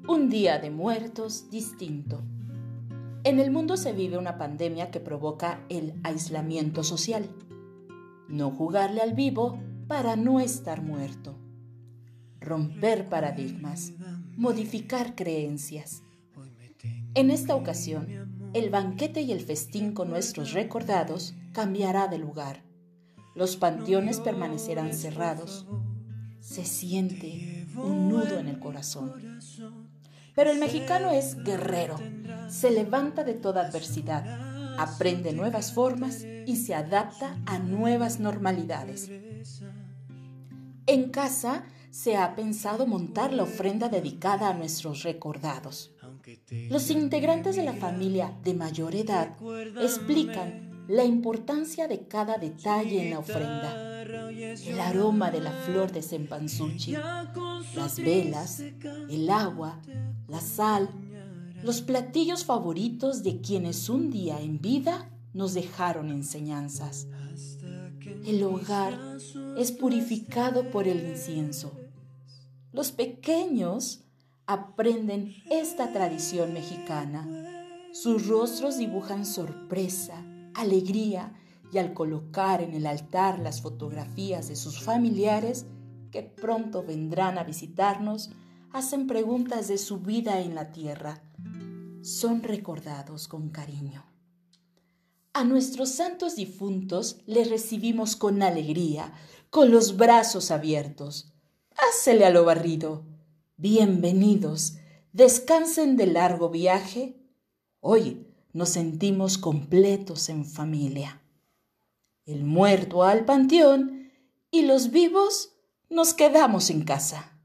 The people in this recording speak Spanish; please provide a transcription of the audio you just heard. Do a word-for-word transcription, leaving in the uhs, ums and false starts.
Un día de muertos distinto. En el mundo se vive una pandemia que provoca el aislamiento social. No jugarle al vivo para no estar muerto. Romper paradigmas. Modificar creencias. En esta ocasión, el banquete y el festín con nuestros recordados cambiará de lugar. Los panteones permanecerán cerrados. Se siente un nudo en el corazón. Pero el mexicano es guerrero, se levanta de toda adversidad, aprende nuevas formas y se adapta a nuevas normalidades. En casa se ha pensado montar la ofrenda dedicada a nuestros recordados. Los integrantes de la familia de mayor edad explican la importancia de cada detalle en la ofrenda. El aroma de la flor de cempasúchil, las velas, el agua, la sal, los platillos favoritos de quienes un día en vida nos dejaron enseñanzas. El hogar es purificado por el incienso. Los pequeños aprenden esta tradición mexicana. Sus rostros dibujan sorpresa, alegría, y al colocar en el altar las fotografías de sus familiares que pronto vendrán a visitarnos, hacen preguntas de su vida en la tierra. Son recordados con cariño. A nuestros santos difuntos les recibimos con alegría, con los brazos abiertos. Pásele a lo barrido. Bienvenidos. Descansen del largo viaje. Hoy nos sentimos completos en familia. El muerto al panteón y los vivos nos quedamos en casa.